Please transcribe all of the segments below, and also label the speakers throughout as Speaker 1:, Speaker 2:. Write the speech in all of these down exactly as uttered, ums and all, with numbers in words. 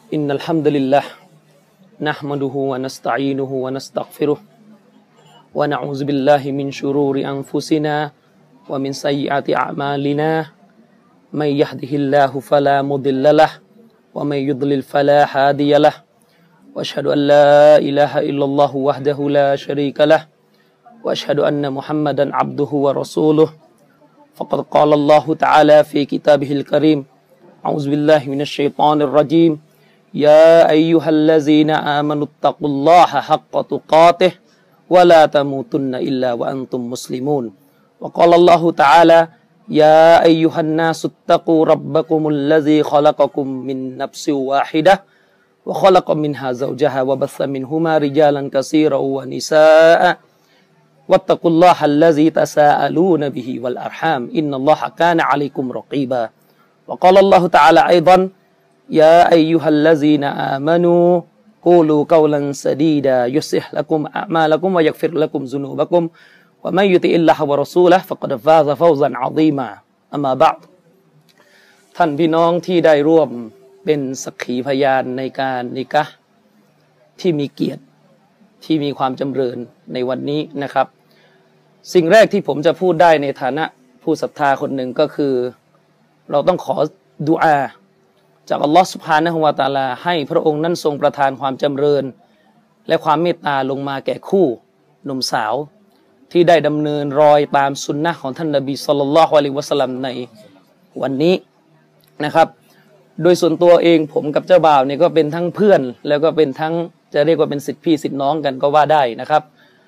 Speaker 1: إن الحمد لله نحمده ونستعينه ونستغفره ونعوذ بالله من شرور أنفسنا ومن سيئات أعمالنا من يهده الله فلا مضل له ومن يضلل فلا هادي له وأشهد أن لا إله إلا الله وحده لا شريك له وأشهد أن محمدا عبده ورسوله فقد قال الله تعالى في كتابه الكريم أعوذ بالله من الشيطان الرجيم يا أيها الذين آمنوا اتقوا الله حق تقاته ولا تموتن إلا وأنتم مسلمون وقال الله تعالى يا أيها الناس اتقوا ربكم الذي خلقكم من نفس واحدة وخلق منها زوجها وبث منهما رجالا كثيرا ونساء واتقوا الله الذي تساءلون به والأرحام إن الله كان عليكم رقيبا وقال الله تعالى أيضا يا أيها الذين آمنوا قولوا قولا سديدا يصلح لكم أعمالكم ويغفر لكم ذنوبكم ومن يطع الله ورسوله فقد فاز فوزا عظيما أما بعد ท่านพี่น้องที่ได้ร่วมเป็นสักขีพยานในการนิกะห์ที่มีเกียรติที่มีความจำเริญในวันนี้นะครับสิ่งแรกที่ผมจะพูดได้ในฐานะผู้ศรัทธาคนหนึ่งก็คือเราต้องขอดุอาจากอัลลอฮฺซุบฮานะฮูวะตะอาลาให้พระองค์นั้นทรงประทานความจำเริญและความเมตตาลงมาแก่คู่หนุ่มสาวที่ได้ดำเนินรอยตามสุนนะของท่านนบีศ็อลลัลลอฮุอะลัยฮิวะซัลลัมในวันนี้นะครับโดยส่วนตัวเองผมกับเจ้าบ่าวเนี่ยก็เป็นทั้งเพื่อนแล้วก็เป็นทั้งจะเรียกว่าเป็นศิษย์พี่ศิษย์น้องกันก็ว่าได้นะครับ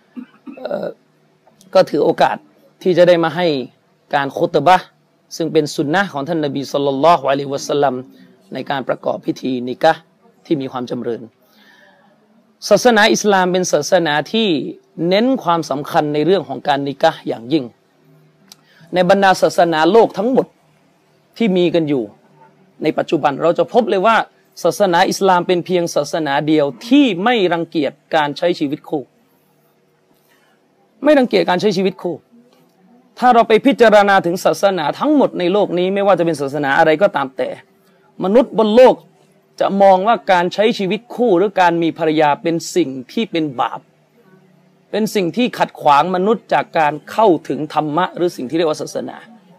Speaker 1: ก็ถือโอกาสที่จะได้มาให้การคุตบะห์ซึ่งเป็นสุนนะของท่านนบีศ็อลลัลลอฮุอะลัยฮิวะซัลลัมในการประกอบพิธีนิกะห์ที่มีความจำเริญศาสนาอิสลามเป็นศาสนาที่เน้นความสำคัญในเรื่องของการนิกะห์อย่างยิ่งในบรรดาศาสนาโลกทั้งหมดที่มีกันอยู่ในปัจจุบันเราจะพบเลยว่าศาสนาอิสลามเป็นเพียงศาสนาเดียวที่ไม่รังเกียจการใช้ชีวิตคู่ไม่รังเกียจการใช้ชีวิตคู่ถ้าเราไปพิจารณาถึงศาสนาทั้งหมดในโลกนี้ไม่ว่าจะเป็นศาสนาอะไรก็ตามแต่มนุษย์บนโลกจะมองว่าการใช้ชีวิตคู่หรือการมีภรรยาเป็นสิ่งที่เป็นบาปเป็นสิ่งที่ขัดขวางมนุษย์จากการเข้าถึงธรรมะหรือสิ่งที่เรียกว่าศาสนา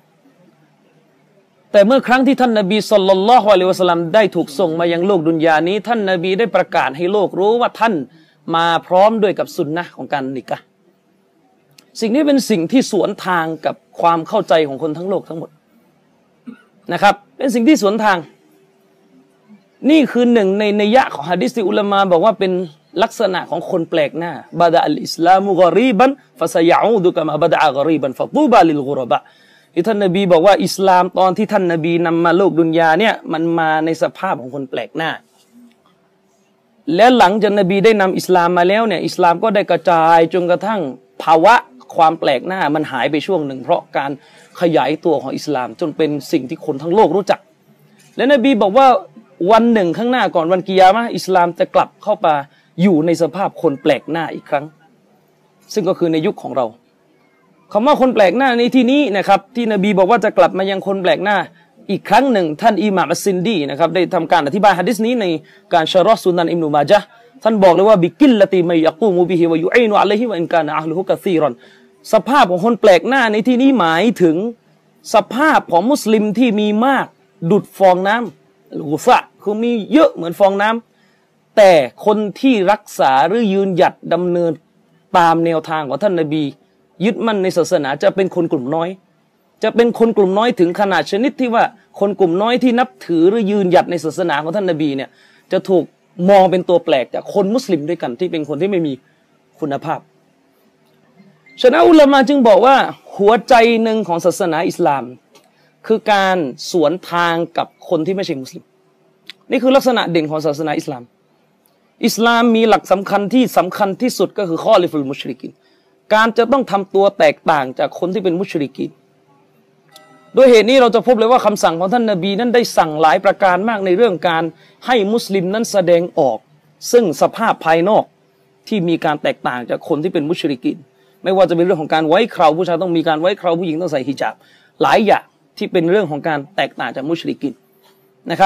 Speaker 1: แต่เมื่อครั้งที่ท่านนบีศ็อลลัลลอฮุอะลัยฮิวะซัลลัมได้ถูกส่งมายังโลกดุนยานี้ท่านนบีได้ประกาศให้โลกรู้ว่าท่านมาพร้อมด้วยกับสุนนะของการนิกะห์สิ่งนี้เป็นสิ่งที่สวนทางกับความเข้าใจของคนทั้งโลกทั้งหมดนะครับเป็นสิ่งที่สวนทางนี่คือหนึ่งในนัยยะของหะดีษที่อุลามะบอกว่าเป็นลักษณะของคนแปลกหน้าบะดะอัลอิสลามุกอรีบันฟะซะยะอูดุกะมาบะดะอะกอรีบันฟะตูบาลิลกุรบะที่ท่านนบีบอกว่าอิสลามตอนที่ท่านนบีนำมาโลกดุนยาเนี่ยมันมาในสภาพของคนแปลกหน้าและหลังจากนบีได้นำอิสลามมาแล้วเนี่ยอิสลามก็ได้กระจายจนกระทั่งภาวะความแปลกหน้ามันหายไปช่วงหนึ่งเพราะการขยายตัวของอิสลามจนเป็นสิ่งที่คนทั้งโลกรู้จักและนบีบอกว่าวันหนึ่งข้างหน้าก่อนวันกิยามะห์อิสลามจะกลับเข้ามาอยู่ในสภาพคนแปลกหน้าอีกครั้งซึ่งก็คือในยุคของเราคำว่าคนแปลกหน้าในที่นี้นะครับที่นบีบอกว่าจะกลับมายังคนแปลกหน้าอีกครั้งหนึ่งท่านอิหม่ามอัสซินดีนะครับได้ทำการอธิบายหะดีษนี้ในการชะรอฮ์ซุนันอิบนุมาญะห์ท่านบอกเลยว่าบิกิลลติมัยยะกูมุบิฮิวะยุอีนุอะลัยฮิวะอินกานะอะห์ลุฮุกะซีรอนสภาพของคนแปลกหน้าในที่นี้หมายถึงสภาพของมุสลิมที่มีมากดุจฟองน้ำลูฟะคือมีเยอะเหมือนฟองน้ำแต่คนที่รักษาหรือยืนหยัดดำเนินตามแนวทางของท่านนบียึดมั่นในศาสนาจะเป็นคนกลุ่มน้อยจะเป็นคนกลุ่มน้อยถึงขนาดชนิดที่ว่าคนกลุ่มน้อยที่นับถือหรือยืนหยัดในศาสนาของท่านนบีเนี่ยจะถูกมองเป็นตัวแปลกจากคนมุสลิมด้วยกันที่เป็นคนที่ไม่มีคุณภาพฉะนั้นอุลามะจึงบอกว่าหัวใจหนึ่งของศาสนาอิสลามคือการสวนทางกับคนที่ไม่ใช่มุสลิมนี่คือลักษณะเด่นของศาสนาอิสลามอิสลามมีหลักสำคัญที่สำคัญที่สุดก็คือข้อลิฟุลมุชริกินการจะต้องทำตัวแตกต่างจากคนที่เป็นมุชริกีนด้วยเหตุนี้เราจะพบเลยว่าคำสั่งของท่านนบีนั้นได้สั่งหลายประการมากในเรื่องการให้มุสลิมนั้นแสดงออกซึ่งสภาพภายนอกที่มีการแตกต่างจากคนที่เป็นมุชริกีนไม่ว่าจะเป็นเรื่องของการไว้เคราผู้ชายต้องมีการไว้เคราผู้หญิงต้องใส่ฮิญาบหลายอย่างที่เป็นเรื่องของการแตกต่างจากมุชริกีนนะครับ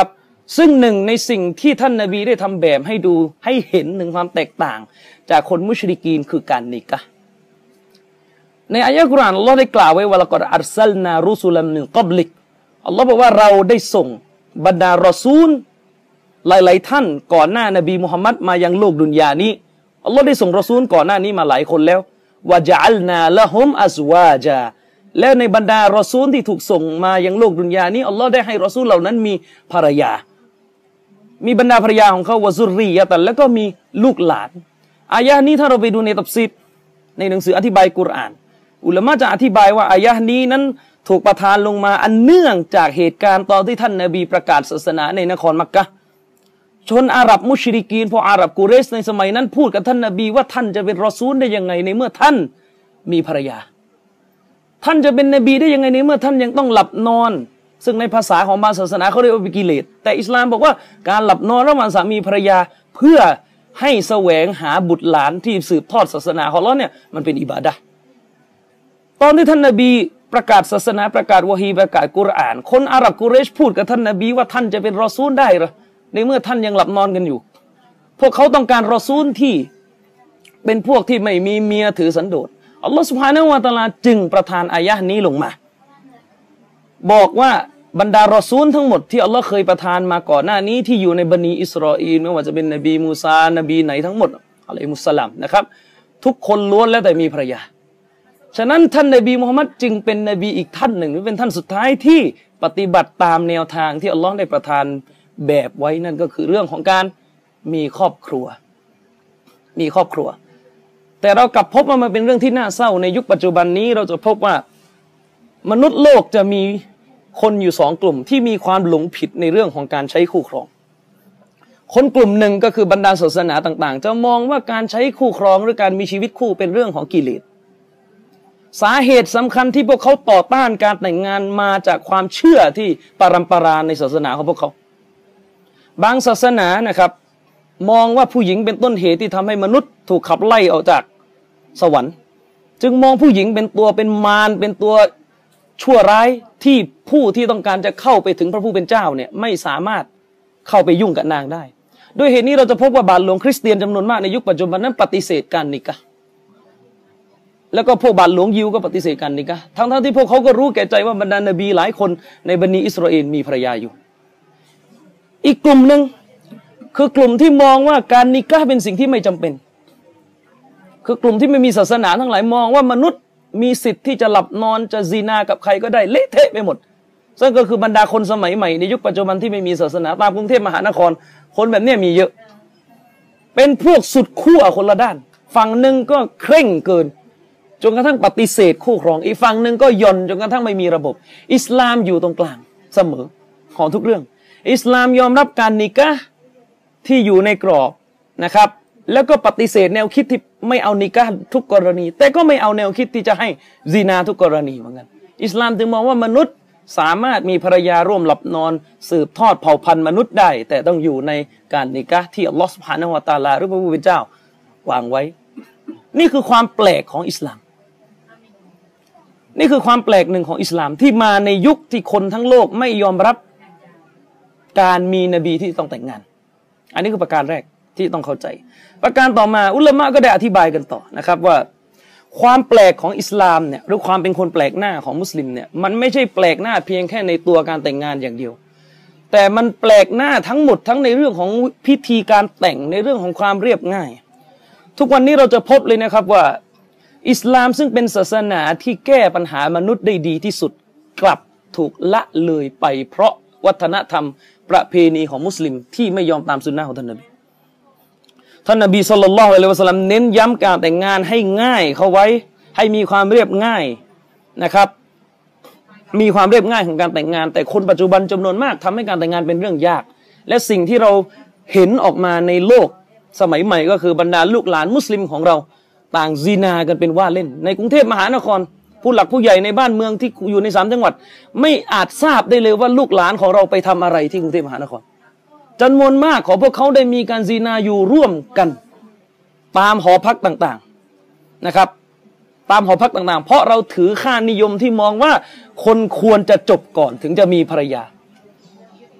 Speaker 1: ซึ่งหนึ่งในสิ่งที่ท่านนบีได้ทำแบบให้ดูให้เห็นถึงความแตกต่างจากคนมุชริกีนคือการนิกะห์ในอายะห์กุรอานอัลลอฮ์ได้กล่าวไว้ว่าละกอดอัรซัลนารุสุลัมมินกับลิกอัลลอฮ์บอกว่าเราได้ส่งบรรดารอซูลหลายๆท่านก่อนหน้านบีมุฮัมมัดมายังโลกดุนยานี้อัลลอฮ์ได้ส่งรอซูลก่อนหน้านี้มาหลายคนแล้ววะจะอัลนาละฮุมอัซวาจาแล้วในบรรดารอซูลที่ถูกส่งมายังโลกดุนยานี้อัลลอฮ์ได้ให้รอซูลเหล่านั้นมีภรรยามีบรรดาภรรยาของเขาวะซุรรียะตันแล้วก็มีลูกหลานอายะห์นี้ถ้าเราไปดูในตัฟซีรในหนังสืออธิบายกุรอานอุลามะจะอธิบายว่าอายะห์นี้นั้นถูกประทานลงมาอันเนื่องจากเหตุการณ์ตอนที่ท่านนบีประกาศศาสนาในนครมักกะฮ์ชนอาหรับมุชริกีนพวกอาหรับกุเรชในสมัยนั้นพูดกับท่านนบีว่าท่านจะเป็นรอซูลได้ยังไงในเมื่อท่านมีภรรยาท่านจะเป็นนบีได้ยังไงในเมื่อท่านยังต้องหลับนอนซึ่งในภาษาของบางศาสนาเขาเรียกว่ากิเลสแต่อิสลามบอกว่าการหลับนอนระหว่างสามีภรรยาเพื่อให้แสวงหาบุตรหลานที่สืบทอดศาสนาของเราเนี่ยมันเป็นอิบาดะห์ตอนที่ท่านนบีประกาศศาสนาประกาศวะฮีประกาศกุรอานคนอาหรับกุเรชพูดกับท่านนบีว่าท่านจะเป็นรอซูลได้หรอในเมื่อท่านยังหลับนอนกันอยู่พวกเขาต้องการรอซูลที่เป็นพวกที่ไม่มีเมียถือสันโดษอัลลอฮฺซุบฮานะฮูวะตะอาลาจึงประทานอายะห์นี้ลงมาบอกว่าบรรดารอซูลทั้งหมดที่อัลลอฮ์เคยประทานมาก่อนหน้านี้ที่อยู่ในบันิอิสราเอลไม่ว่าจะเป็นนบีมูซานบีไหนทั้งหมดอะลัยฮิมุสสลามนะครับทุกคนล้วนแล้วแต่มีภรรยาฉะนั้นท่านนบีมุฮัมมัดจึงเป็นนบีอีกท่านหนึ่งหรือเป็นท่านสุดท้ายที่ปฏิบัติตามแนวทางที่อัลลอฮ์ได้ประทานแบบไว้นั่นก็คือเรื่องของการมีครอบครัวมีครอบครัวแต่เรากลับพบว่ามันเป็นเรื่องที่น่าเศร้าในยุคปัจจุบันนี้เราจะพบว่ามนุษย์โลกจะมีคนอยู่สองกลุ่มที่มีความหลงผิดในเรื่องของการใช้คู่ครองคนกลุ่มหนึ่งก็คือบรรดาศาสนาต่างๆจะมองว่าการใช้คู่ครองหรือการมีชีวิตคู่เป็นเรื่องของกิเลสสาเหตุสำคัญที่พวกเขาต่อต้านการแต่งงานมาจากความเชื่อที่ปรัมปราในศาสนาของพวกเขาบางศาสนานะครับมองว่าผู้หญิงเป็นต้นเหตุที่ทำให้มนุษย์ถูกขับไล่ออกจากสวรรค์จึงมองผู้หญิงเป็นตัวเป็นมารเป็นตัวชั่วร้ายที่ผู้ที่ต้องการจะเข้าไปถึงพระผู้เป็นเจ้าเนี่ยไม่สามารถเข้าไปยุ่งกับนางได้ด้วยเหตุนี้เราจะพบว่าบาทหลวงคริสเตียนจำนวนมากในยุคปัจจุบันนั้นปฏิเสธการนิกะห์แล้วก็พวกบาทหลวงยิวก็ปฏิเสธการนิกะห์ทั้งๆที่พวกเขาก็รู้แก่ใจว่าบรรดานบีหลายคนในบันิอิสราเอลมีภรรยาอยู่อีกกลุ่มหนึ่งคือกลุ่มที่มองว่าการนิกะห์เป็นสิ่งที่ไม่จำเป็นคือกลุ่มที่ไม่มีศาสนาทั้งหลายมองว่ามนุษย์มีสิทธิ์ที่จะหลับนอนจะซีนากับใครก็ได้เละเทะไปหมดซึ่งก็คือบรรดาคนสมัยใหม่ในยุคปัจจุบันที่ไม่มีศาสนาตามกรุงเทพมหานครคนแบบนี้มีเยอะเป็นพวกสุดขั้วคนละด้านฝั่งหนึ่งก็เคร่งเกินจนกระทั่งปฏิเสธคู่ครองอีกฝั่งหนึ่งก็ย่อนจนกระทั่งไม่มีระบบอิสลามอยู่ตรงกลางเสมอของทุกเรื่องอิสลามยอมรับการนิกะห์ที่อยู่ในกรอบนะครับแล้วก็ปฏิเสธแนวคิดที่ไม่เอานิกะห์ทุกกรณีแต่ก็ไม่เอาแนวคิดที่จะให้ซินาทุกกรณีเหมือนกันอิสลามจึงมองว่ามนุษย์สามารถมีภรรยาร่วมหลับนอนสืบทอดเผ่าพันธุ์มนุษย์ได้แต่ต้องอยู่ในการนิกะห์ที่อัลลอฮฺซุบฮานะฮูวะตะอาลาหรือพระผู้เป็นเจ้าวางไว้นี่คือความแปลกของอิสลามนี่คือความแปลกหนึ่งของอิสลามที่มาในยุคที่คนทั้งโลกไม่ยอมรับการมีนบีที่ต้องแต่งงานอันนี้คือประการแรกที่ต้องเข้าใจประการต่อมาอุลามะก็ได้อธิบายกันต่อนะครับว่าความแปลกของอิสลามเนี่ยหรือความเป็นคนแปลกหน้าของมุสลิมเนี่ยมันไม่ใช่แปลกหน้าเพียงแค่ในตัวการแต่งงานอย่างเดียวแต่มันแปลกหน้าทั้งหมดทั้งในเรื่องของพิธีการแต่งในเรื่องของความเรียบง่ายทุกวันนี้เราจะพบเลยนะครับว่าอิสลามซึ่งเป็นศาสนาที่แก้ปัญหามนุษย์ได้ดีที่สุดกลับถูกละเลยไปเพราะวัฒนธรรมประเพณีของมุสลิมที่ไม่ยอมตามสุนนะของท่านนบีท่านนบีศ็อลลัลลอฮุอะลัยฮิวะซัลลัมเน้นย้ำการแต่งงานให้ง่ายเข้าไว้ให้มีความเรียบง่ายนะครับมีความเรียบง่ายของการแต่งงานแต่คนปัจจุบันจำนวนมากทำให้การแต่งงานเป็นเรื่องยากและสิ่งที่เราเห็นออกมาในโลกสมัยใหม่ก็คือบรรดาลูกหลานมุสลิมของเราต่างซินากันเป็นว่าเล่นในกรุงเทพมหานครผู้หลักผู้ใหญ่ในบ้านเมืองที่อยู่ในสามจังหวัดไม่อาจทราบได้เลยว่าลูกหลานของเราไปทำอะไรที่กรุงเทพมหานครจำนวนมากของพวกเขาได้มีการซินาอยู่ร่วมกันตามหอพักต่างๆนะครับตามหอพักต่างๆเพราะเราถือค่านิยมที่มองว่าคนควรจะจบก่อนถึงจะมีภรรยา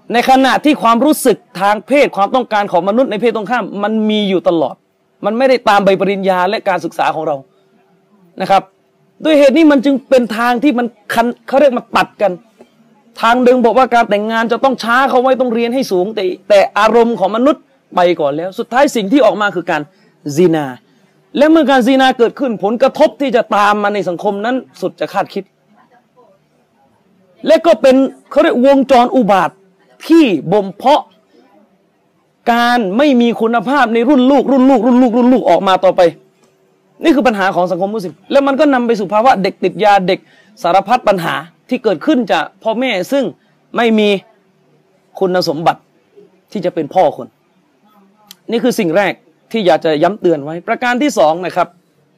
Speaker 1: ในขณะที่ความรู้สึกทางเพศความต้องการของมนุษย์ในเพศตรงข้ามมันมีอยู่ตลอดมันไม่ได้ตามใบปริญญาและการศึกษาของเรานะครับด้วยเหตุนี้มันจึงเป็นทางที่มันคันเขาเรียกมาตัดกันทางหนึ่งบอกว่าการแต่งงานจะต้องช้าเขาไว้ต้องเรียนให้สูงแต่แต่อารมณ์ของมนุษย์ไปก่อนแล้วสุดท้ายสิ่งที่ออกมาคือการซินาและเมื่อการซินาเกิดขึ้นผลกระทบที่จะตามมาในสังคมนั้นสุดจะคาดคิดและก็เป็นเขาเรียกวงจรอุบาทที่บ่มเพาะการไม่มีคุณภาพในรุ่นลูกรุ่นลูกรุ่นลูกรุ่นลูกออกมาต่อไปนี่คือปัญหาของสังคมมุสลิมแล้วมันก็นำไปสู่ภาวะเด็กติดยาเด็กสารพัดปัญหาที่เกิดขึ้นจากพ่อแม่ซึ่งไม่มีคุณสมบัติที่จะเป็นพ่อคนนี่คือสิ่งแรกที่อยากจะย้ำเตือนไว้ประการที่สองนะครับ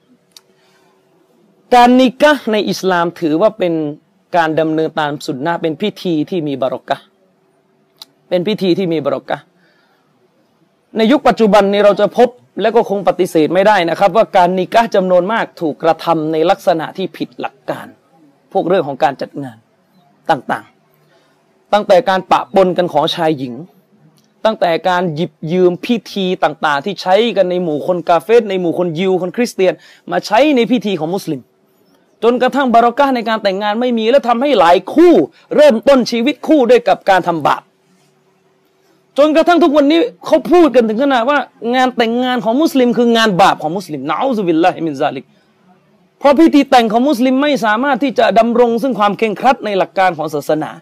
Speaker 1: การนิกะห์ในอิสลามถือว่าเป็นการดำเนินตามสุนนะห์เป็นพิธีที่มีบารอกะห์เป็นพิธีที่มีบารอกะห์ในยุคปัจจุบันนี้เราจะพบและก็คงปฏิเสธไม่ได้นะครับว่าการนิกะห์จำนวนมากถูกกระทำในลักษณะที่ผิดหลักการพวกเรื่องของการจัดงานต่างๆตั้งแต่การปะปนกันของชายหญิงตั้งแต่การหยิบยืมพิธีต่างๆที่ใช้กันในหมู่คนกาเฟรในหมู่คนยิวคนคริสเตียนมาใช้ในพิธีของมุสลิมจนกระทั่งบารอกะห์ในการแต่งงานไม่มีและทำให้หลายคู่เริ่มต้นชีวิตคู่ด้วยกับการทำบาปจนกระทั่งทุกวันนี้เขาพูดกันถึงขนาดว่างานแต่งงานของมุสลิมคืองานบาปของมุสลิมนะอูซุบิลลาฮิมินซาลิกเพราะพิธีแต่งของมุสลิมไม่สามารถที่จะดำรงซึ่งความเคร่งครัดในหลักการของศาสนา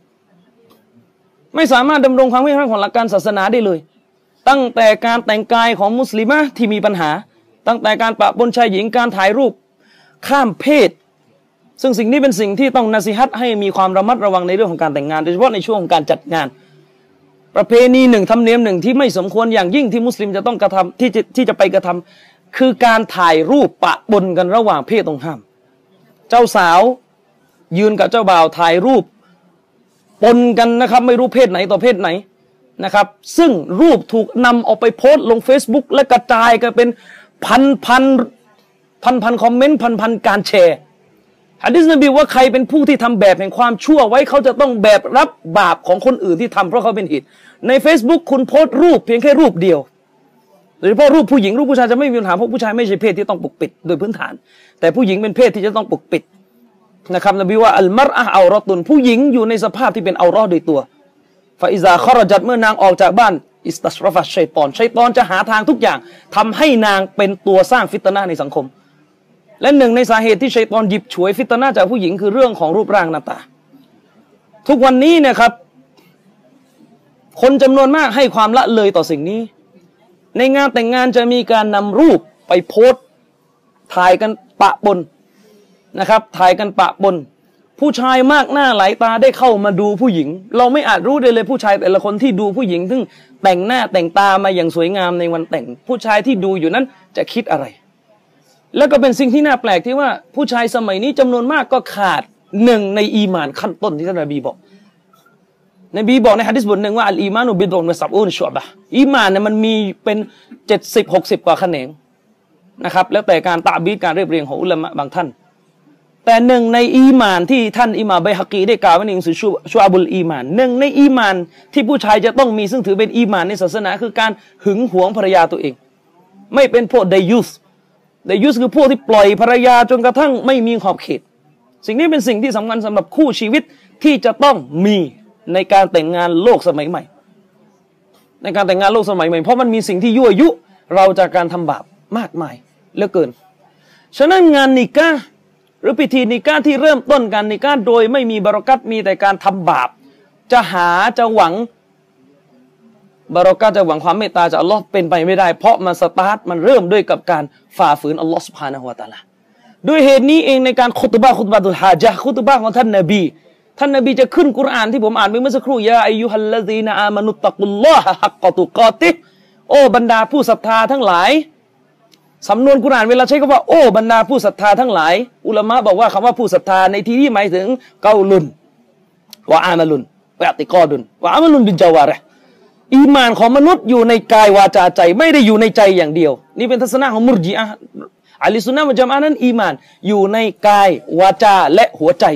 Speaker 1: ไม่สามารถดำรงความเคร่งครัดของหลักการศาสนาได้เลยตั้งแต่การแต่งกายของมุสลิมะที่มีปัญหาตั้งแต่การปะปนชายหญิงการถ่ายรูปข้ามเพศซึ่งสิ่งนี้เป็นสิ่งที่ต้องนะซีฮัตให้มีความระมัดระวังในเรื่องของการแต่งงานโดยเฉพาะในช่วงของการจัดงานประเพณีหนึ่งธรรมเนียมหนึ่งที่ไม่สมควรอย่างยิ่งที่มุสลิมจะต้องกระทำที่จะที่จะไปกระทำคือการถ่ายรูปปะปนกันระหว่างเพศตรงข้ามเจ้าสาวยืนกับเจ้าบ่าวถ่ายรูปปนกันนะครับไม่รู้เพศไหนต่อเพศไหนนะครับซึ่งรูปถูกนำออกไปโพสต์ลง Facebook และกระจายกันเป็นพันพันพันพันคอมเมนต์พันพันการแชร์หะดีษนบีว่าใครเป็นผู้ที่ทำแบบแห่งความชั่วไว้เขาจะต้องแบกรับบาปของคนอื่นที่ทำเพราะเขาเป็นเหตุใน Facebook คุณโพสต์รูปเพียงแค่รูปเดียวโดยเฉพาะรูปผู้หญิงรูปผู้ชายจะไม่มีปัญหาเพราะผู้ชายไม่ใช่เพศที่ต้องปกปิดโดยพื้นฐานแต่ผู้หญิงเป็นเพศที่จะต้องปกปิดนะครับนบีว่าอัลมัรอะฮ์เอารอตุนผู้หญิงอยู่ในสภาพที่เป็นเอารอโดยตัวฟาอิซาคอรจัดเมื่อนางออกจากบ้านอิสตัชรฟัชชัยฏอนชัยฏอนจะหาทางทุกอย่างทำให้นางเป็นตัวสร้างฟิตนะห์ในสังคมและหนึ่งในสาเหตุที่ชัยฏอนหยิบฉวยฟิตนะห์จากผู้หญิงคือเรื่องของรูปร่างหน้าตาทุกวันนี้เนี่ยครับคนจำนวนมากให้ความละเลยต่อสิ่งนี้ในงานแต่งงานจะมีการนำรูปไปโพสต์ถ่ายกันปะปนนะครับถ่ายกันปะปนผู้ชายมากหน้าหลายตาได้เข้ามาดูผู้หญิงเราไม่อาจรู้ได้เลยผู้ชายแต่ละคนที่ดูผู้หญิงซึ่งแต่งหน้าแต่งตามาอย่างสวยงามในวันแต่งผู้ชายที่ดูอยู่นั้นจะคิดอะไรแล้วก็เป็นสิ่งที่น่าแปลกที่ว่าผู้ชายสมัยนี้จำนวนมากก็ขาดหนึ่งในอีหม่านขั้นต้นที่ท่านนบีบอกนบีบอกในหะดีษบทหนึ่งว่าอัลอีมานุบิดอนวะซับอูนชุอ์บะห์อีหม่านเนี่ยมันมีเป็นเจ็ดสิบหกสิบกว่าแขนงนะครับแล้วแต่การตะบีดการเรียบเรียงของอุลามะบางท่านแต่หนึ่งในอีหม่านที่ท่านอิหม่ามบัยฮะกีได้กล่าวไว้ในหนังสือชุอาบุลอีหม่านหนึ่งในอีหม่านที่ผู้ชายจะต้องมีซึ่งถือเป็นอีหม่านในศาสนาคือการหึงหวงภรรยาตัวเองไม่เป็นพวกไดยุสไดยุสคือพวกที่ปล่อยภรรยาจนกระทั่งไม่มีขอบเขตสิ่งนี้เป็นสิ่งที่สำคัญสำหรับคู่ชีวิตที่จะต้องมีในการแต่งงานโลกสมัยใหม่ในการแต่งงานโลกสมัยใหม่เพราะมันมีสิ่งที่ยั่วยุเราจากการทำบาปมากมายเหลือเกินฉะนั้นงานนิกะห์หรือพิธีนิกะห์ที่เริ่มต้นการนิกะห์โดยไม่มีบารอกัตมีแต่การทำบาปจะหาจะหวังบารอกัตจะหวังความเมตตาจากอัลลอฮ์เป็นไปไม่ได้เพราะมันสตาร์ทมันเริ่มด้วยกับการฝ่าฝืนอัลลอฮ์ซุบฮานะฮูวะตะอาลาด้วยเหตุนี้เองในการคุตบะห์คุตบะตุลฮาญะห์คุตบะห์ของท่านนบีท่านนบีจะขึ้นกุรอานที่ผมอ่านไปเมื่อสักครู่ยาอัยยูฮัลลซีนะอามานุตตักุลลอฮะฮักกะตุกอติฮ์โอ้บรรดาผู้ศรัทธาทั้งหลายสำนวนกุรอานเวลาใช้คำว่าโอ้บรรดาผู้ศรัทธาทั้งหลายอุลามะบอกว่าคำว่าผู้ศรัทธาในที่นี้หมายถึงเกาลุนวะอามัลุนวะอิติกอดุนวะอามัลุนบิลจาวาริฮ์อีมานของมนุษย์อยู่ในกายวาจาใจไม่ได้อยู่ในใจอย่างเดียวนี่เป็นทัศนะของมุรญิอะห์อะห์ลุสซุนนะฮ์วัลญะมาอะห์นั้นอีมานอยู่ในกายวาจาและหัวใจ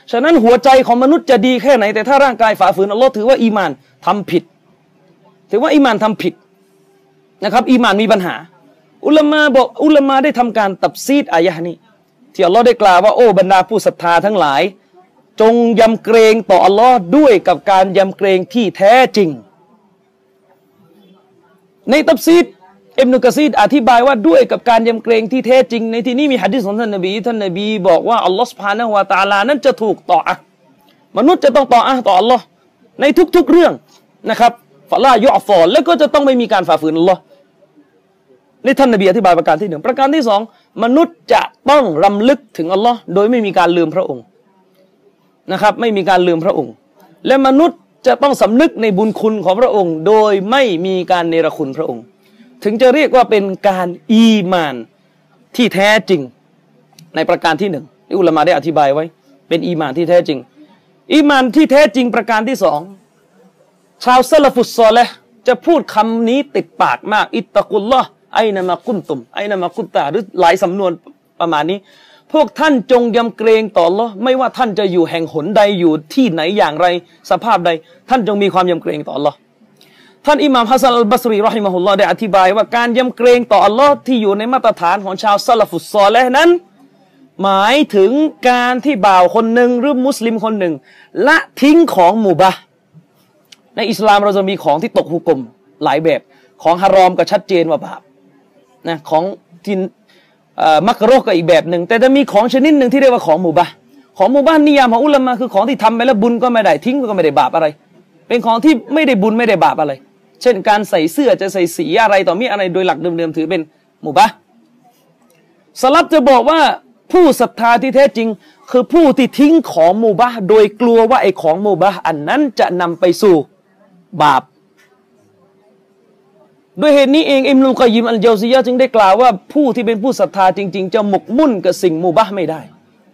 Speaker 1: ฉะนั้นหัวใจของมนุษย์จะดีแค่ไหนแต่ถ้าร่างกายฝ่าฝืนอัลลอฮ์ถือว่าอีมานทำผิดถือว่าอีมานทำผิดนะครับอีมานมีปัญหาอุลามะบอกอุลามะได้ทำการตัฟซีรอายะห์นี้ที่อัลลอฮ์ได้กล่าวว่าโอ้บรรดาผู้ศรัทธาทั้งหลายจงยำเกรงต่ออัลลอฮ์ด้วยกับการยำเกรงที่แท้จริงในตัฟซีรอิบนุกะซีรอธิบายว่าด้วยกับการยำเกรงที่แท้จริงในที่นี้มีหะดีษของท่านนบีท่านนบีบอกว่าอัลลอฮ์ซุบฮานะฮูวะตะอาลานั้นจะถูกต่ออะห์มนุษย์จะต้องต่ออะห์ต่ออัลลอฮ์ในทุกๆเรื่องนะครับฟะลายุอฟอแล้วก็จะต้องไม่มีการฝ่าฝืนอัลลอฮ์นี่ท่านนบีอธิบายประการที่หนึ่งประการที่สองมนุษย์จะต้องรำลึกถึงอัลลอฮ์โดยไม่มีการลืมพระองค์นะครับไม่มีการลืมพระองค์และมนุษย์จะต้องสำนึกในบุญคุณของพระองค์โดยไม่มีการเนรคุณพระองค์ถึงจะเรียกว่าเป็นการอีมานที่แท้จริงในประการที่หนึ่งที่อุลามะได้อธิบายไว้เป็นอีมานที่แท้จริงอีมานที่แท้จริงประการที่สองชาวซะละฟุสซอลิห์จะพูดคำนี้ติดปากมากอิตตะกุลลอฮ์ไอนะมากุนตุมไอนะมากุนตาหรือหลายสำนวนประมาณนี้พวกท่านจงยำเกรงต่ออัลเลาะห์ไม่ว่าท่านจะอยู่แห่งหนใดอยู่ที่ไหนอย่างไรสภาพใดท่านจงมีความยำเกรงต่ออัลเลาะห์ท่านอิหม่ามฮัสซันอัลบัศรีเราะฮิมะฮุลลอฮ์ได้อธิบายว่าการยำเกรงต่ออัลเลาะห์ที่อยู่ในมาตรฐานของชาวซะละฟุสซอลิห์นั้นหมายถึงการที่บ่าวคนหนึ่งหรือมุสลิมคนหนึ่งละทิ้งของมุบาห์ในอิสลามเราจะมีของที่ตกฮุกมหลายแบบของฮารอมก็ชัดเจนว่าบาปนะของที่มักรุฮ์ก็อีกแบบหนึ่งแต่จะมีของชนิดหนึ่งที่เรียกว่าของมุบาห์ของมุบาห์นิยามของอุลามะคือของที่ทำไปแล้วบุญก็ไม่ได้ทิ้งก็ไม่ได้บาปอะไรเป็นของที่ไม่ได้บุญไม่ได้บาปอะไรเช่นการใส่เสื้อจะใส่สีอะไรต่อมีอะไรโดยหลักเดิมๆถือเป็นมุบาห์สลับจะบอกว่าผู้ศรัทธาที่แท้จริงคือผู้ที่ทิ้งของมุบาห์โดยกลัวว่าไอ้ของมุบาห์อันนั้นจะนำไปสู่บาปด้วยเหตุนี้เองอิบนุลกอยยิมอัลเจาซียะห์จึงได้กล่าวว่าผู้ที่เป็นผู้ศรัทธาจริงๆจะหมกมุ่นกับสิ่งมุบาห์ไม่ได้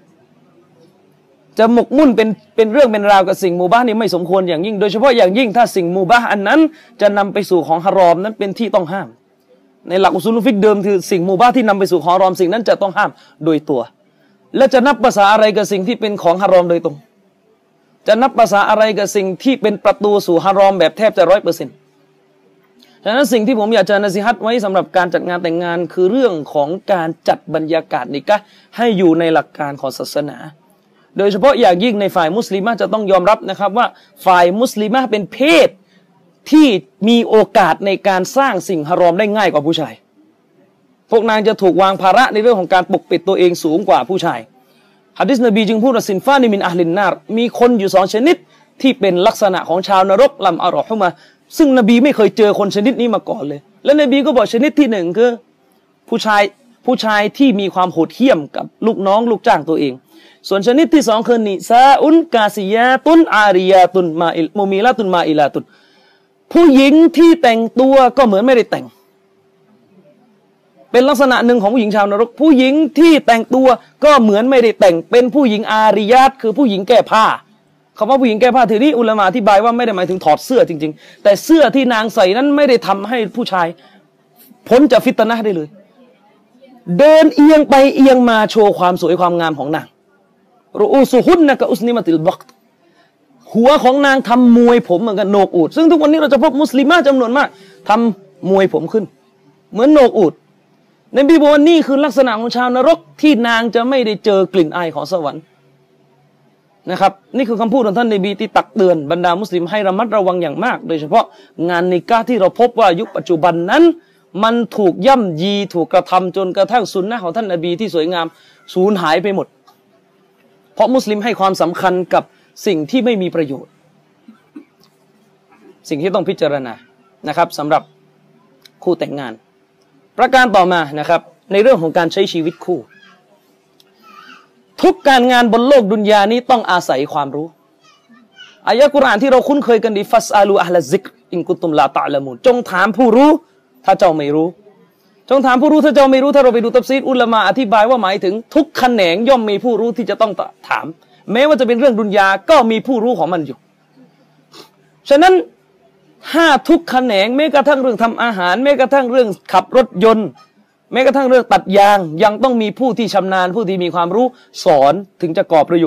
Speaker 1: จะหมกมุ่นเป็นเป็นเรื่องเป็นราวกับสิ่งมุบาห์นี่ไม่สมควรอย่างยิ่งโดยเฉพาะอย่างยิ่งถ้าสิ่งมุบาห์อันนั้นจะนำไปสู่ของฮารอมนั้นเป็นที่ต้องห้ามในหลักอุซูลุฟิกเดิมคือสิ่งมุบาห์ที่นำไปสู่ของฮารอมสิ่งนั้นจะต้องห้ามโดยตัวและจะนับภาษาอะไรกับสิ่งที่เป็นของฮารอมโดยตรงจะนับภาษาอะไรกับสิ่งที่เป็นประตูสู่ฮารอมแบบแทบจะร้อยเปอร์เซ็นต์ฉะนั้นสิ่งที่ผมอยากจะนะซีฮัตไว้สำหรับการจัดงานแต่งงานคือเรื่องของการจัดบรรยากาศนิกะห์ให้อยู่ในหลักการของศาสนาโดยเฉพาะอย่างยิ่งในฝ่ายมุสลิมะจะต้องยอมรับนะครับว่าฝ่ายมุสลิมะเป็นเพศที่มีโอกาสในการสร้างสิ่งฮารอมได้ง่ายกว่าผู้ชายพวกนางจะถูกวางภาระในเรื่องของการปกปิดตัวเองสูงกว่าผู้ชายหะดีษนบีจึงพูดว่าซินฟานิมินอะห์ลินนารมีคนอยู่สองชนิดที่เป็นลักษณะของชาวนรกลัมอัรอฮุมะซึ่งนบีไม่เคยเจอคนชนิดนี้มาก่อนเลยและนบีก็บอกชนิดที่หนึ่งคือผู้ชายผู้ชายที่มีความโหดเหี้ยมกับลูกน้องลูกจ้างตัวเองส่วนชนิดที่สองคือนิซาอุนกาซิยาตุนอาริยาตุนมาอิลมุมีลาตุนมาอิลาตุนผู้หญิงที่แต่งตัวก็เหมือนไม่ได้แต่งเป็นลักษณะหนึ่งของผู้หญิงชาวนรกผู้หญิงที่แต่งตัวก็เหมือนไม่ได้แต่งเป็นผู้หญิงอาริยาตคือผู้หญิงแก้ผ้าคำว่าผู้หญิงแก้ผ้าทีนี้อุลามะอธิบายว่าไม่ได้หมายถึงถอดเสื้อจริงๆแต่เสื้อที่นางใส่นั้นไม่ได้ทำให้ผู้ชายพ้นจากฟิตนะห์ได้เลยเดินเอียงไปเอียงมาโชว์ความสวยความงามของนางรูอูซุฮุนนะกะอุสนิมะติลบักหัวของนางทำมวยผมเหมือนกันโหนกอูฐซึ่งทุกวันนี้เราจะพบมุสลิมะจำนวนมากทำมวยผมขึ้นเหมือนโหนกอูฐในบิบอกว่านี่คือลักษณะของชาวนรกที่นางจะไม่ได้เจอกลิ่นอายของสวรรค์นะครับนี่คือคำพูดของท่านนบีที่ตักเตือนบรรดามุสลิมให้ระมัดระวังอย่างมากโดยเฉพาะงานนิกะห์ที่เราพบว่ายุคปัจจุบันนั้นมันถูกย่ำยีถูกกระทำจนกระทั่งสุนนะของท่านนบีที่สวยงามสูญหายไปหมดเพราะมุสลิมให้ความสำคัญกับสิ่งที่ไม่มีประโยชน์สิ่งที่ต้องพิจารณานะครับสำหรับคู่แต่งงานประการต่อมานะครับในเรื่องของการใช้ชีวิตคู่ทุกการงานบนโลกดุนยานี้ต้องอาศัยความรู้อายะกุรอานที่เราคุ้นเคยกันดีฟัสอาลูอะห์ละซิกรอินกุนตุมลาตะละมูนจงถามผู้รู้ถ้าเจ้าไม่รู้จงถามผู้รู้ถ้าเจ้าไม่รู้ถ้าเราไปดูตัฟซีรอุลามะอธิบายว่าหมายถึงทุกแขนงย่อมมีผู้รู้ที่จะต้องถามแม้ว่าจะเป็นเรื่องดุนยาก็มีผู้รู้ของมันอยู่ฉะนั้นห้าทุกแขนงแม้กระทั่งเรื่องทำอาหารแม้กระทั่งเรื่องขับรถยนต์แม้กระทั่งเรื่องตัดยางยังต้องมีผู้ที่ชำนาญผู้ที่มีความรู้สอนถึงจะก่อประโยชน์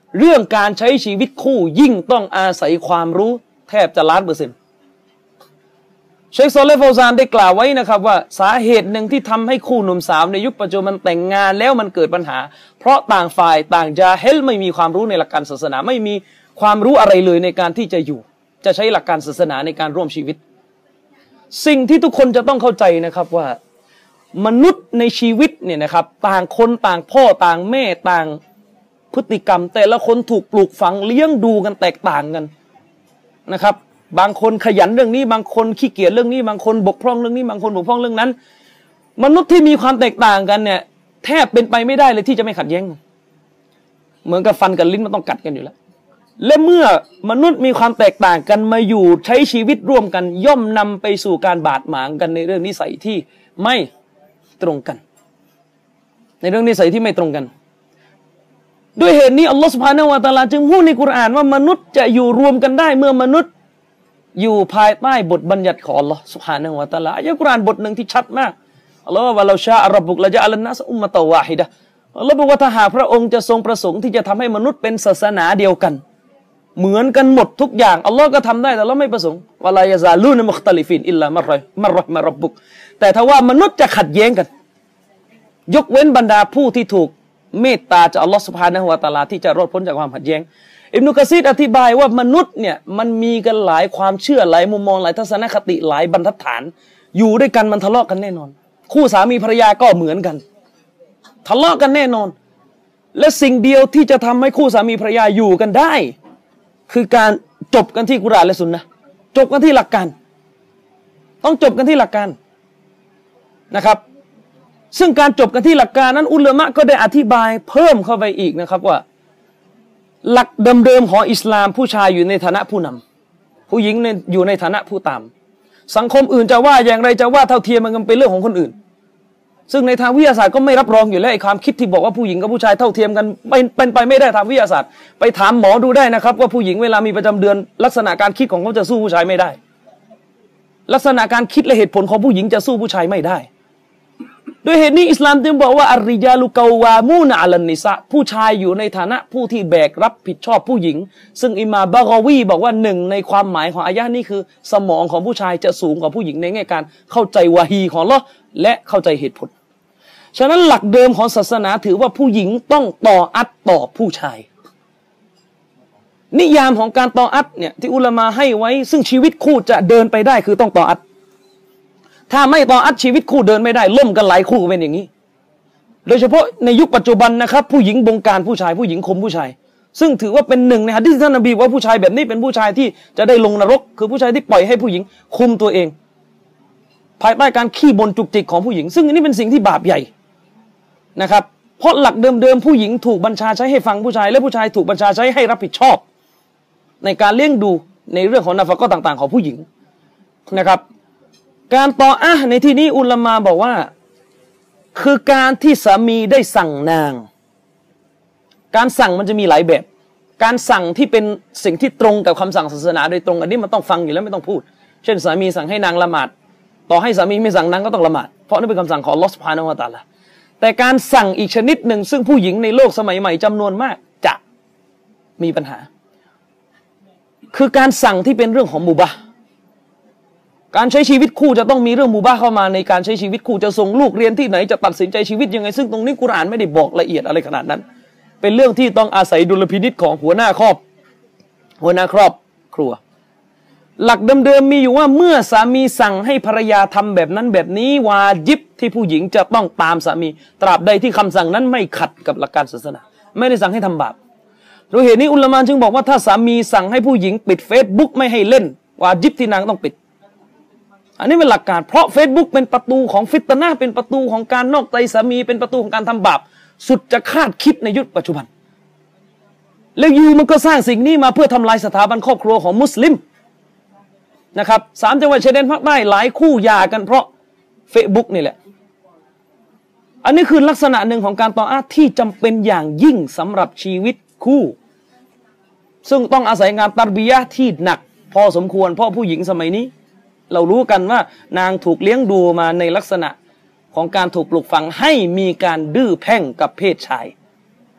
Speaker 1: เรื่องการใช้ชีวิตคู่ยิ่งต้องอาศัยความรู้แทบจะล้านเปอร์เซ็นต์เชคซอเลห์ฟาวซานได้กล่าวไว้นะครับว่าสาเหตุหนึ่งที่ทำให้คู่หนุ่มสาวในยุคปัจจุบันแต่งงานแล้วมันเกิดปัญหาเพราะต่างฝ่ายต่างจาเฮลไม่มีความรู้ในหลักการศาสนาไม่มีความรู้อะไรเลยในการที่จะอยู่จะใช้หลักการศาสนาในการร่วมชีวิตสิ่งที่ทุกคนจะต้องเข้าใจนะครับว่ามนุษย์ในชีวิตเนี่ยนะครับต่างคนต่างพ่อต่างแม่ต่างพฤติกรรมแต่ละคนถูกปลูกฝังเลี้ยงดูกันแตกต่างกันนะครับบางคนขยันเรื่องนี้บางคนขี้เกียจเรื่องนี้บางคนบกพร่องเรื่องนี้บางคนบกพร่องเรื่องนั้นมนุษย์ที่มีความแตกต่างกันเนี่ยแทบเป็นไปไม่ได้เลยที่จะไม่ขัดแย้งเหมือนกับฟันกับลิ้นมันต้องกัดกันอยู่แล้วและเมื่อมนุษย์มีความแตกต่างกันมาอยู่ใช้ชีวิตร่วมกันย่อมนำไปสู่การบาดหมางกันในเรื่องนิสัยที่ไม่ตรงกันในเรื่องนิสัยที่ไม่ตรงกันด้วยเหตุนี้อัลลอฮฺซุบฮานะฮูวะตะอาลาจึงพูดในกุรอานว่ามนุษย์จะอยู่รวมกันได้เมื่อมนุษย์อยู่ภายใต้บทบัญญัติของอัลลอฮฺซุบฮานะฮูวะตะอาลาอายะกุรอานบทหนึ่งที่ชัดมากอัลลอฮฺว่าเราชาอัรบุกละจะอัลนัสอุมมะตะวาฮิดะอัลลอฮฺบอกว่าถ้าหากพระองค์จะทรงประสงค์ที่จะทำให้มนุษย์เป็นศาสนาเดียวกันเหมือนกันหมดทุกอย่างอัลลอฮ์ก็ทำได้แต่เราไม่ประสงค์วะลายะซาลูนมุคตลิฟินอิลลามะรมะรห์มะรับบุกแต่ถ้าว่ามนุษย์จะขัดแย้งกันยกเว้นบรรดาผู้ที่ถูกเมตตาจากอัลลอฮ์ซุบฮานะฮูวะตะอาลาที่จะรอดพ้นจากความขัดแย้งอิบนุกะซีรอธิบายว่ามนุษย์เนี่ยมันมีกันหลายความเชื่อหลายมุมมองหลายทัศนคติหลายบรรทัดฐานอยู่ด้วยกันมันทะเลาะกันแน่นอนคู่สามีภรรยาก็เหมือนกันทะเลาะกันแน่นอนและสิ่งเดียวที่จะทำให้คู่สามีภรรยาอยู่กันได้คือการจบกันที่กุรอานและสุนนะห์จบกันที่หลักการต้องจบกันที่หลักการนะครับซึ่งการจบกันที่หลักการนั้นอุลามะก็ได้อธิบายเพิ่มเข้าไปอีกนะครับว่าหลักเดิมๆของอิสลามผู้ชายอยู่ในฐานะผู้นำผู้หญิงอยู่ในฐานะผู้ตามสังคมอื่นจะว่าอย่างไรจะว่าเท่าเทียมมันเป็นเรื่องของคนอื่นซึ่งในทางวิทยาศาสตร์ก็ไม่รับรองอยู่แล้วไอ้ความคิดที่บอกว่าผู้หญิงกับผู้ชายเท่าเทียมกันเป็นไปไม่ได้ทางวิทยาศาสตร์ไปถามหมอดูได้นะครับว่าผู้หญิงเวลามีประจำเดือนลักษณะการคิดของเขาจะสู้ผู้ชายไม่ได้ลักษณะการคิดและเหตุผลของผู้หญิงจะสู้ผู้ชายไม่ได้ด้วยเหตุนี้อิสลามจึงบอกว่าอัรริญาลุกาวามูนอะลันนิสะผู้ชายอยู่ในฐานะผู้ที่แบกรับผิดชอบผู้หญิงซึ่งอิมามบะกอวีบอกว่าหนึ่งในความหมายของอายะห์นี้คือสมองของผู้ชายจะสูงกว่าผู้หญิงในแง่การเข้าใจวะฮีของอัลเลาะห์และเข้าใจเหตุผลฉะนั้นหลักเดิมของศาสนาถือว่าผู้หญิงต้องต่ออัดต่อผู้ชายนิยามของการต่ออัดเนี่ยที่อุลามะให้ไว้ซึ่งชีวิตคู่จะเดินไปได้คือต้องต่ออัดถ้าไม่ต่ออัดชีวิตคู่เดินไม่ได้ล่มกันหลายคู่เป็นอย่างนี้โดยเฉพาะในยุคปัจจุบันนะครับผู้หญิงบงการผู้ชายผู้หญิงข่มผู้ชายซึ่งถือว่าเป็นหนึ่งในหะดีษท่านนบีว่าผู้ชายแบบนี้เป็นผู้ชายที่จะได้ลงนรกคือผู้ชายที่ปล่อยให้ผู้หญิงคุมตัวเองภายใต้การขี้บ่นจุกจิกของผู้หญิงซึ่งอันนี้เป็นสิ่งที่บาปใหญ่นะครับเพราะหลักเดิมๆผู้หญิงถูกบัญชาใช้ให้ฟังผู้ชายและผู้ชายถูกบัญชาใช้ให้รับผิดชอบในการเลี้ยงดูในเรื่องของนาฟะกอฮ์ต่างๆของผู้หญิงนะครับการต่ออะห์ในที่นี้อุลามะบอกว่าคือการที่สามีได้สั่งนางการสั่งมันจะมีหลายแบบการสั่งที่เป็นสิ่งที่ตรงกับคำสั่งศาสนาโดยตรงอันนี้มันต้องฟังอยู่แล้วไม่ต้องพูดเช่นสามีสั่งให้นางละหมาดต่อให้สามีไม่สั่งนางก็ต้องละหมาดเพราะนี่เป็นคำสั่งของอัลเลาะห์ซุบฮานะฮูวะตะอาลาแต่การสั่งอีกชนิดหนึ่งซึ่งผู้หญิงในโลกสมัยใหม่จำนวนมากจะมีปัญหาคือการสั่งที่เป็นเรื่องของมุบาห์การใช้ชีวิตคู่จะต้องมีเรื่องมุบาห์เข้ามาในการใช้ชีวิตคู่จะส่งลูกเรียนที่ไหนจะตัดสินใจชีวิตยังไงซึ่งตรงนี้กุรอานไม่ได้บอกละเอียดอะไรขนาดนั้นเป็นเรื่องที่ต้องอาศัยดุลพินิจของหัวหน้าครอบหัวหน้าครอบครัวหลักเดิมๆมีอยู่ว่าเมื่อสามีสั่งให้ภรรยาทำแบบนั้นแบบนี้วาญิบที่ผู้หญิงจะต้องตามสามีตราบใดที่คำสั่งนั้นไม่ขัดกับหลักการศาสนาไม่ได้สั่งให้ทำบาปโดยเหตุนี้อุลามะจึงบอกว่าถ้าสามีสั่งให้ผู้หญิงปิด Facebook ไม่ให้เล่นวาญิบที่นางต้องปิดอันนี้เป็นหลักการเพราะ Facebook เป็นประตูของฟิตนะห์เป็นประตูของการนอกใจสามีเป็นประตูของการทำบาปสุดจะคาดคิดในยุคปัจจุบันแล้วยูมันก็สร้างสิ่งนี้มาเพื่อทำลายสถาบันครอบครัวของมุสลิมนะครับสามจังหวัดชายแดนภาคใต้หลายคู่หย่ากันเพราะ Facebook นี่แหละอันนี้คือลักษณะหนึ่งของการต่ออาที่จำเป็นอย่างยิ่งสำหรับชีวิตคู่ซึ่งต้องอาศัยงานตัรบียะห์ที่หนักพอสมควรเพราะผู้หญิงสมัยนี้เรารู้กันว่านางถูกเลี้ยงดูมาในลักษณะของการถูกปลูกฝังให้มีการดื้อแพ่งกับเพศชาย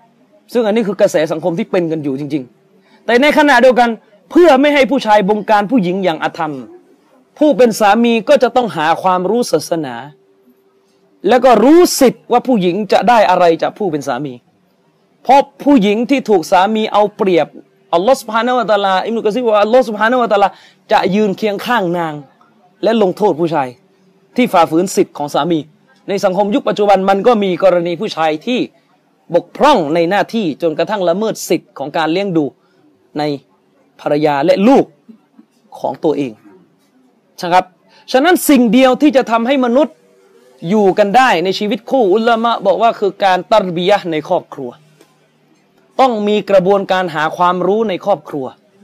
Speaker 1: ซึ่งอันนี้คือกระแสสังคมที่เป็นกันอยู่จริงๆแต่ในขณะเดียวกันเพื่อไม่ให้ผู้ชายบงการผู้หญิงอย่างอธรรมผู้เป็นสามีก็จะต้องหาความรู้ศาสนาแล้วก็รู้สิทธิ์ว่าผู้หญิงจะได้อะไรจากผู้เป็นสามีเพราะผู้หญิงที่ถูกสามีเอาเปรียบอัลลอฮฺซุบฮานะฮูวะตะอาลาอิบนุกะซีรว่าอัลลอฮฺซุบฮานะฮูวะตะอาลาจะยืนเคียงข้างนางและลงโทษผู้ชายที่ฝ่าฝืนสิทธิ์ของสามีในสังคมยุคปัจจุบันมันก็มีกรณีผู้ชายที่บกพร่องในหน้าที่จนกระทั่งละเมิดสิทธิ์ของการเลี้ยงดูในภรรยาและลูกของตัวเองใช่ครับฉะนั้นสิ่งเดียวที่จะทำให้มนุษย์อยู่กันได้ในชีวิตคู่อุลามะบอกว่าคือการตัรบียะห์ในครอบครัวต้องมีกระบวนการหาความรู้ในครอบครัว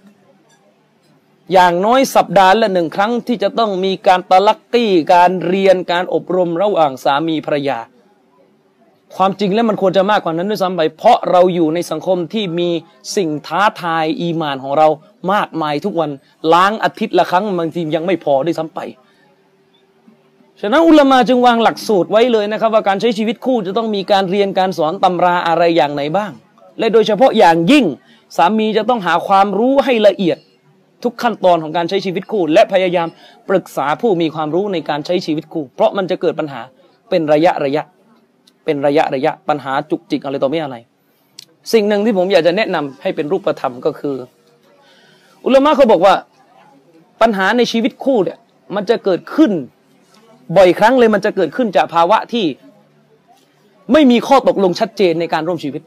Speaker 1: อย่างน้อยสัปดาห์ละหนึ่งครั้งที่จะต้องมีการตะลักกี้การเรียนการอบรมระหว่างสามีภรรยาความจริงแล้วมันควรจะมากกว่านั้นด้วยซ้ำไปเพราะเราอยู่ในสังคมที่มีสิ่งท้าทายอีหม่านของเรามากมายทุกวันล้างอาทิตย์ละครั้งบางทียังไม่พอด้วยซ้ำไปฉะนั้นอุลามะจึงวางหลักสูตรไว้เลยนะครับว่าการใช้ชีวิตคู่จะต้องมีการเรียนการสอนตำราอะไรอย่างไหนบ้างและโดยเฉพาะอย่างยิ่งสามีจะต้องหาความรู้ให้ละเอียดทุกขั้นตอนของการใช้ชีวิตคู่และพยายามปรึกษาผู้มีความรู้ในการใช้ชีวิตคู่เพราะมันจะเกิดปัญหาเป็นระยะระยะเป็นระยะระยะปัญหาจุกจิกอะไรต่อไม่อะไรสิ่งหนึ่งที่ผมอยากจะแนะนำให้เป็นรูปธรรมก็คืออุลามะเขาบอกว่าปัญหาในชีวิตคู่เนี่ยมันจะเกิดขึ้นบ่อยครั้งเลยมันจะเกิดขึ้นจากภาวะที่ไม่มีข้อตกลงชัดเจนในการร่วมชีวิต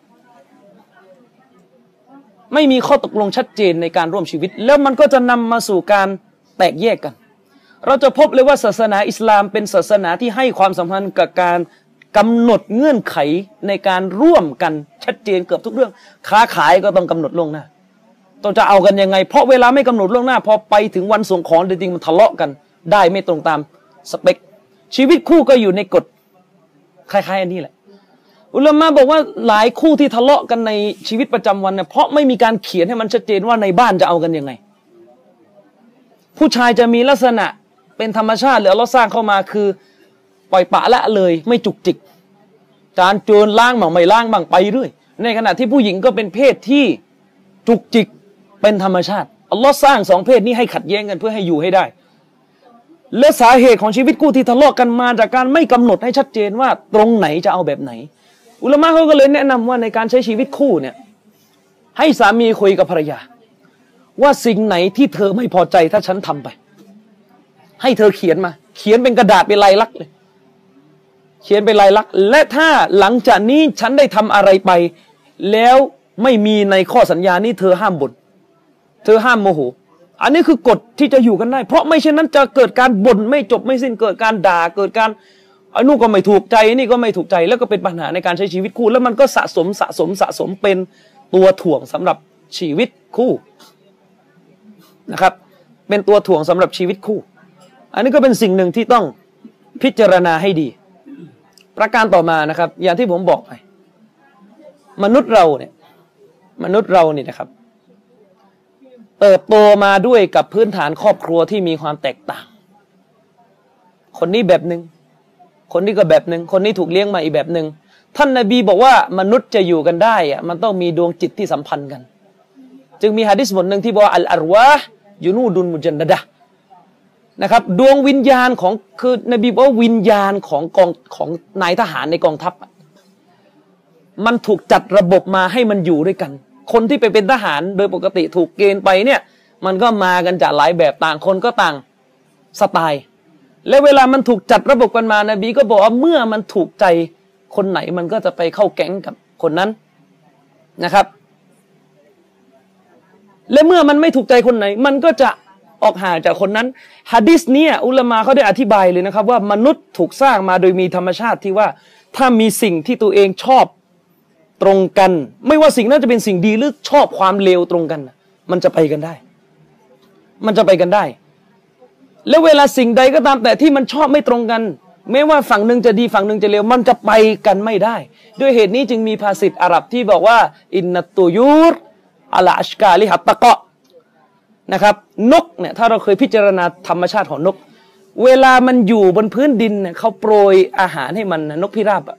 Speaker 1: ไม่มีข้อตกลงชัดเจนในการร่วมชีวิตแล้วมันก็จะนำมาสู่การแตกแยกกันเราจะพบเลยว่าศาสนาอิสลามเป็นศาสนาที่ให้ความสำคัญกับการกำหนดเงื่อนไขในการร่วมกันชัดเจนเกือบทุกเรื่องค้าขายก็ต้องกำหนดล่วงหน้าต้องจะเอากันยังไงเพราะเวลาไม่กำหนดล่วงหน้าพอไปถึงวันส่งของจริงๆมันทะเลาะกันได้ไม่ตรงตามสเปคชีวิตคู่ก็อยู่ในกฎคล้ายๆอันนี้แหละอุลามะบอกว่าหลายคู่ที่ทะเลาะกันในชีวิตประจำวันเนี่ยเพราะไม่มีการเขียนให้มันชัดเจนว่าในบ้านจะเอากันยังไงผู้ชายจะมีลักษณะเป็นธรรมชาติหรือเราสร้างเข้ามาคือปล่อยปละละเลยไม่จุกจิกการโจรล้างบ้างไม่ล้างบ้างไปเรื่อยในขณะที่ผู้หญิงก็เป็นเพศที่จุกจิกเป็นธรรมชาติอัลลอฮ์สร้างสองเพศนี้ให้ขัดแย้งกันเพื่อให้อยู่ให้ได้และสาเหตุของชีวิตคู่ที่ทะเลาะกันมาจากการไม่กำหนดให้ชัดเจนว่าตรงไหนจะเอาแบบไหนอุลามะเขาก็เลยแนะนำว่าในการใช้ชีวิตคู่เนี่ยให้สามีคุยกับภรรยาว่าสิ่งไหนที่เธอไม่พอใจถ้าฉันทำไปให้เธอเขียนมาเขียนเป็นกระดาษเป็นลายลักษณ์เลยเขียนเป็นลายลักษณ์และถ้าหลังจากนี้ฉันได้ทำอะไรไปแล้วไม่มีในข้อสัญญานี้เธอห้ามบ่นเธอห้ามโมโหอันนี้คือกฎที่จะอยู่กันได้เพราะไม่เช่นนั้นจะเกิดการบ่นไม่จบไม่สิ้นเกิดการด่าเกิดการไอ้นู่นก็ไม่ถูกใจนี่ก็ไม่ถูกใจแล้วก็เป็นปัญหาในการใช้ชีวิตคู่แล้วมันก็สะสมสะสมสะสมเป็นตัวถ่วงสำหรับชีวิตคู่นะครับเป็นตัวถ่วงสำหรับชีวิตคู่อันนี้ก็เป็นสิ่งหนึ่งที่ต้องพิจารณาให้ดีประการต่อมานะครับอย่างที่ผมบอกไปมนุษย์เราเนี่ยมนุษย์เราเนี่ยนะครับเติบโตมาด้วยกับพื้นฐานครอบครัวที่มีความแตกต่างคนนี้แบบหนึ่งคนนี้ก็แบบหนึ่งคนนี้ถูกเลี้ยงมาอีกแบบหนึ่งท่านนบีบอกว่ามนุษย์จะอยู่กันได้อะมันต้องมีดวงจิตที่สัมพันธ์กันจึงมีหะดีษบทหนึ่งที่บอกว่าอัลอาร์วาห์ยูนูดุนมุจันดะดะนะครับดวงวิญญาณของคือนบีบอกว่าวิญญาณของกองของนายทหารในกองทัพมันถูกจัดระบบมาให้มันอยู่ด้วยกันคนที่ไปเป็นทหารโดยปกติถูกเกณฑ์ไปเนี่ยมันก็มากันจากหลายแบบต่างคนก็ต่างสไตล์และเวลามันถูกจัดระบบกันมานบีก็บอกว่าเมื่อมันถูกใจคนไหนมันก็จะไปเข้าแก๊งกับคนนั้นนะครับและเมื่อมันไม่ถูกใจคนไหนมันก็จะออกห่างจากคนนั้นหะดีษนี้อุลามะเขาได้อธิบายเลยนะครับว่ามนุษย์ถูกสร้างมาโดยมีธรรมชาติที่ว่าถ้ามีสิ่งที่ตัวเองชอบตรงกันไม่ว่าสิ่งนั้นจะเป็นสิ่งดีหรือชอบความเลวตรงกันมันจะไปกันได้มันจะไปกันได้แล้วเวลาสิ่งใดก็ตามแต่ที่มันชอบไม่ตรงกันไม่ว่าฝั่งหนึ่งจะดีฝั่งหนึ่งจะเลวมันจะไปกันไม่ได้ด้วยเหตุนี้จึงมีภาษิตอาหรับที่บอกว่าอินนัตตุยูรอะลาอัชกาลิฮัตตะกะนะครับนกเนี่ยถ้าเราเคยพิจารณาธรรมชาติของนกเวลามันอยู่บนพื้นดินเนี่ยเขาโปรยอาหารให้มันนกพิราบ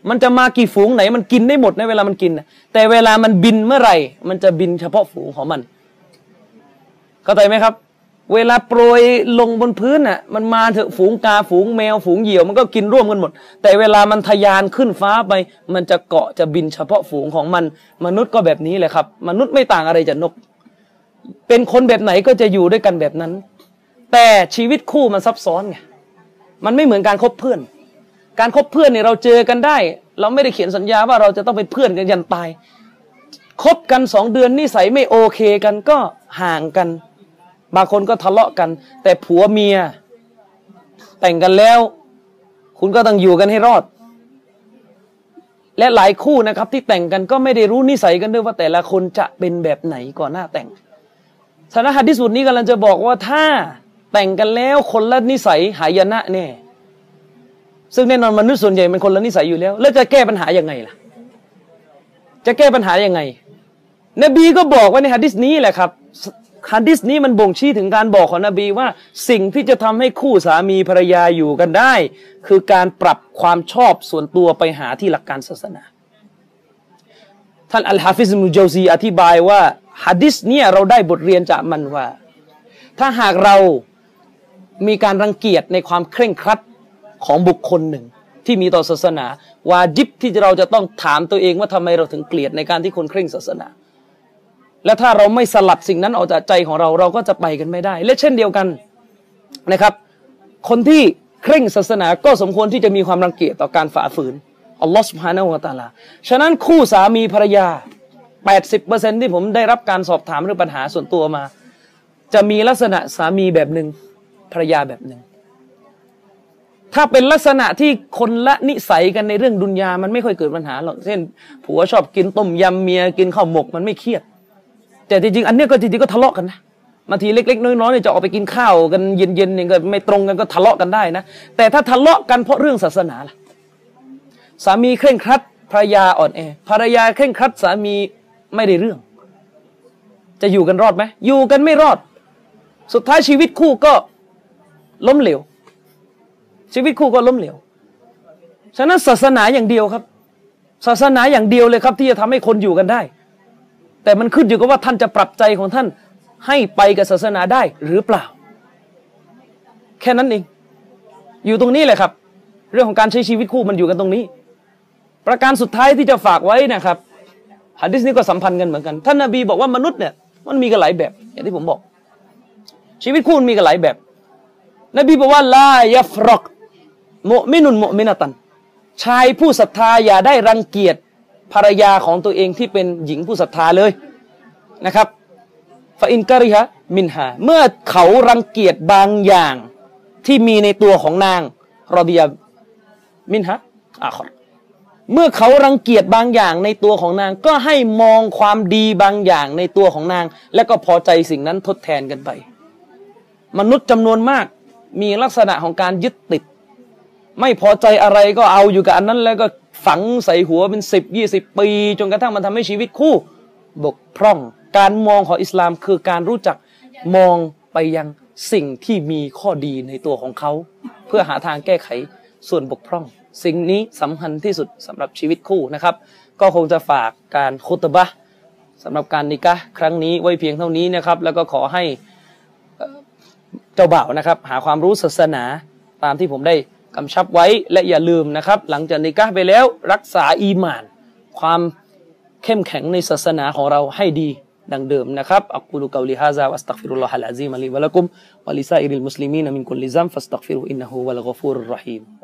Speaker 1: มันจะมากี่ฝูงไหนมันกินได้หมดในเวลามันกินแต่เวลามันบินเมื่อไหร่มันจะบินเฉพาะฝูงของมันเข้าใจไหมครับเวลาโปรยลงบนพื้นน่ะมันมาเถอะฝูงกาฝูงแมวฝูงเหยี่ยวมันก็กินร่วมกันหมดแต่เวลามันทะยานขึ้นฟ้าไปมันจะเกาะจะบินเฉพาะฝูงของมันมนุษย์ก็แบบนี้แหละครับมนุษย์ไม่ต่างอะไรจากนกเป็นคนแบบไหนก็จะอยู่ด้วยกันแบบนั้นแต่ชีวิตคู่มันซับซ้อนไงมันไม่เหมือนการคบเพื่อนการคบเพื่อนเนี่ยเราเจอกันได้เราไม่ได้เขียนสัญญาว่าเราจะต้องเป็นเพื่อนกันยันตายคบกันสองเดือนนิสัยไม่โอเคกันก็ห่างกันบางคนก็ทะเลาะกันแต่ผัวเมียแต่งกันแล้วคุณก็ต้องอยู่กันให้รอดและหลายคู่นะครับที่แต่งกันก็ไม่ได้รู้นิสัยกันด้วยว่าแต่ละคนจะเป็นแบบไหนก่อนหน้าแต่งฉะนั้นหะดีษบทนี้กำลังจะบอกว่าถ้าแต่งกันแล้วคนละนิสัยหายนะแน่ซึ่งแน่นอนมนุษย์ส่วนใหญ่เป็นคนละนิสัยอยู่แล้วแล้วจะแก้ปัญหายังไงล่ะจะแก้ปัญหายังไงนบีก็บอกว่าในหะดีษนี้แหละครับหะดีษนี้มันบ่งชี้ถึงการบอกของนบีว่าสิ่งที่จะทำให้คู่สามีภรรยาอยู่กันได้คือการปรับความชอบส่วนตัวไปหาที่หลักการศาสนาท่านอัลฮะฟิซ อิบนุ ญาวซีอธิบายว่าหะดีษนี้เราได้บทเรียนจากมันว่าถ้าหากเรามีการรังเกียจในความเคร่งครัดของบุคคลหนึ่งที่มีต่อศาสนาวาญิบที่เราจะต้องถามตัวเองว่าทำไมเราถึงเกลียดในการที่คนเคร่งศาสนาและถ้าเราไม่สลัดสิ่งนั้นออกจากใจของเราเราก็จะไปกันไม่ได้และเช่นเดียวกันนะครับคนที่เคร่งศาสนาก็สมควรที่จะมีความรังเกียจต่อการฝ่าฝืนอัลลอฮฺซุบฮานะฮูวะตะอาลาฉะนั้นคู่สามีภรรยา แปดสิบเปอร์เซ็นต์ ที่ผมได้รับการสอบถามเรื่องปัญหาส่วนตัวมาจะมีลักษณะสามีแบบหนึ่งภรรยาแบบหนึ่งถ้าเป็นลักษณะที่คนละนิสัยกันในเรื่องดุนยามันไม่ค่อยเกิดปัญหาหรอกเช่นผัวชอบกินต้มยำเมียกินข้าวหมกมันไม่เครียดแต่จริงๆอันนี้ก็จริงๆก็ทะเลาะกันนะบางทีเล็กๆน้อยๆเนี่ยจะออกไปกินข้าวกันเย็นๆเนี่ยก็ไม่ตรงกันก็ทะเลาะกันได้นะแต่ถ้าทะเลาะกันเพราะเรื่องศาสนาล่ะสามีเคร่งครัดภรรยาอ่อนแอภรรยาเคร่งครัดสามีไม่ได้เรื่องจะอยู่กันรอดไหมอยู่กันไม่รอดสุดท้ายชีวิตคู่ก็ล้มเหลวชีวิตคู่ก็ล้มเหลวฉะนั้นศาสนาอย่างเดียวครับศาสนาอย่างเดียวเลยครับที่จะทำให้คนอยู่กันได้แต่มันขึ้นอยู่กับว่าท่านจะปรับใจของท่านให้ไปกับศาสนาได้หรือเปล่าแค่นั้นเองอยู่ตรงนี้แหละครับเรื่องของการใช้ชีวิตคู่มันอยู่กันตรงนี้ประการสุดท้ายที่จะฝากไว้นะครับหะดีษนี้ก็สัมพันธ์กันเหมือนกันท่านนบีบอกว่ามนุษย์เนี่ยมันมีกันหลายแบบอย่างที่ผมบอกชีวิตคู่มีกันหลายแบบนบีบอกว่าลายัฟรอกมุมินุนมุมินะตันชายผู้ศรัทธาอย่าได้รังเกียจภรรยาของตัวเองที่เป็นหญิงผู้ศรัทธาเลยนะครับฟาอินการิฮะมินฮาเมื่อเขารังเกียจบางอย่างที่มีในตัวของนางรอดียะมินฮะอาคอรเมื่อเขารังเกียจบางอย่างในตัวของนางก็ให้มองความดีบางอย่างในตัวของนางและก็พอใจสิ่งนั้นทดแทนกันไปมนุษย์จำนวนมากมีลักษณะของการยึดติดไม่พอใจอะไรก็เอาอยู่กับอันนั้นแล้วก็ฝังใส่หัวเป็นสิบยี่สิบปีจนกระทั่งมันทำให้ชีวิตคู่บกพร่องการมองของอิสลามคือการรู้จักมองไปยังสิ่งที่มีข้อดีในตัวของเขาเพื่อหาทางแก้ไขส่วนบกพร่องสิ่งนี้สำคัญที่สุดสำหรับชีวิตคู่นะครับก็คงจะฝากการคุตบะห์สำหรับการนิกะห์ครั้งนี้ไว้เพียงเท่านี้นะครับแล้วก็ขอให้เจ้าบ่าวนะครับหาความรู้ศาสนาตามที่ผมได้กำชับไว้และอย่าลืมนะครับหลังจากนิกะห์ไปแล้วรักษาอีหม่านความเข้มแข็งในศาสนาของเราให้ดีดังเดิมนะครับอักูลุกอลิฮาซาวัสตัฆฟิรุลลอฮะลอะซีมะลีวะละกุมวะลิซาอิริลมุสลิมีนมินกุลลิซัมฟัสตัฆฟิรุอินนะฮูวัลฆอฟูรุรเราะฮีม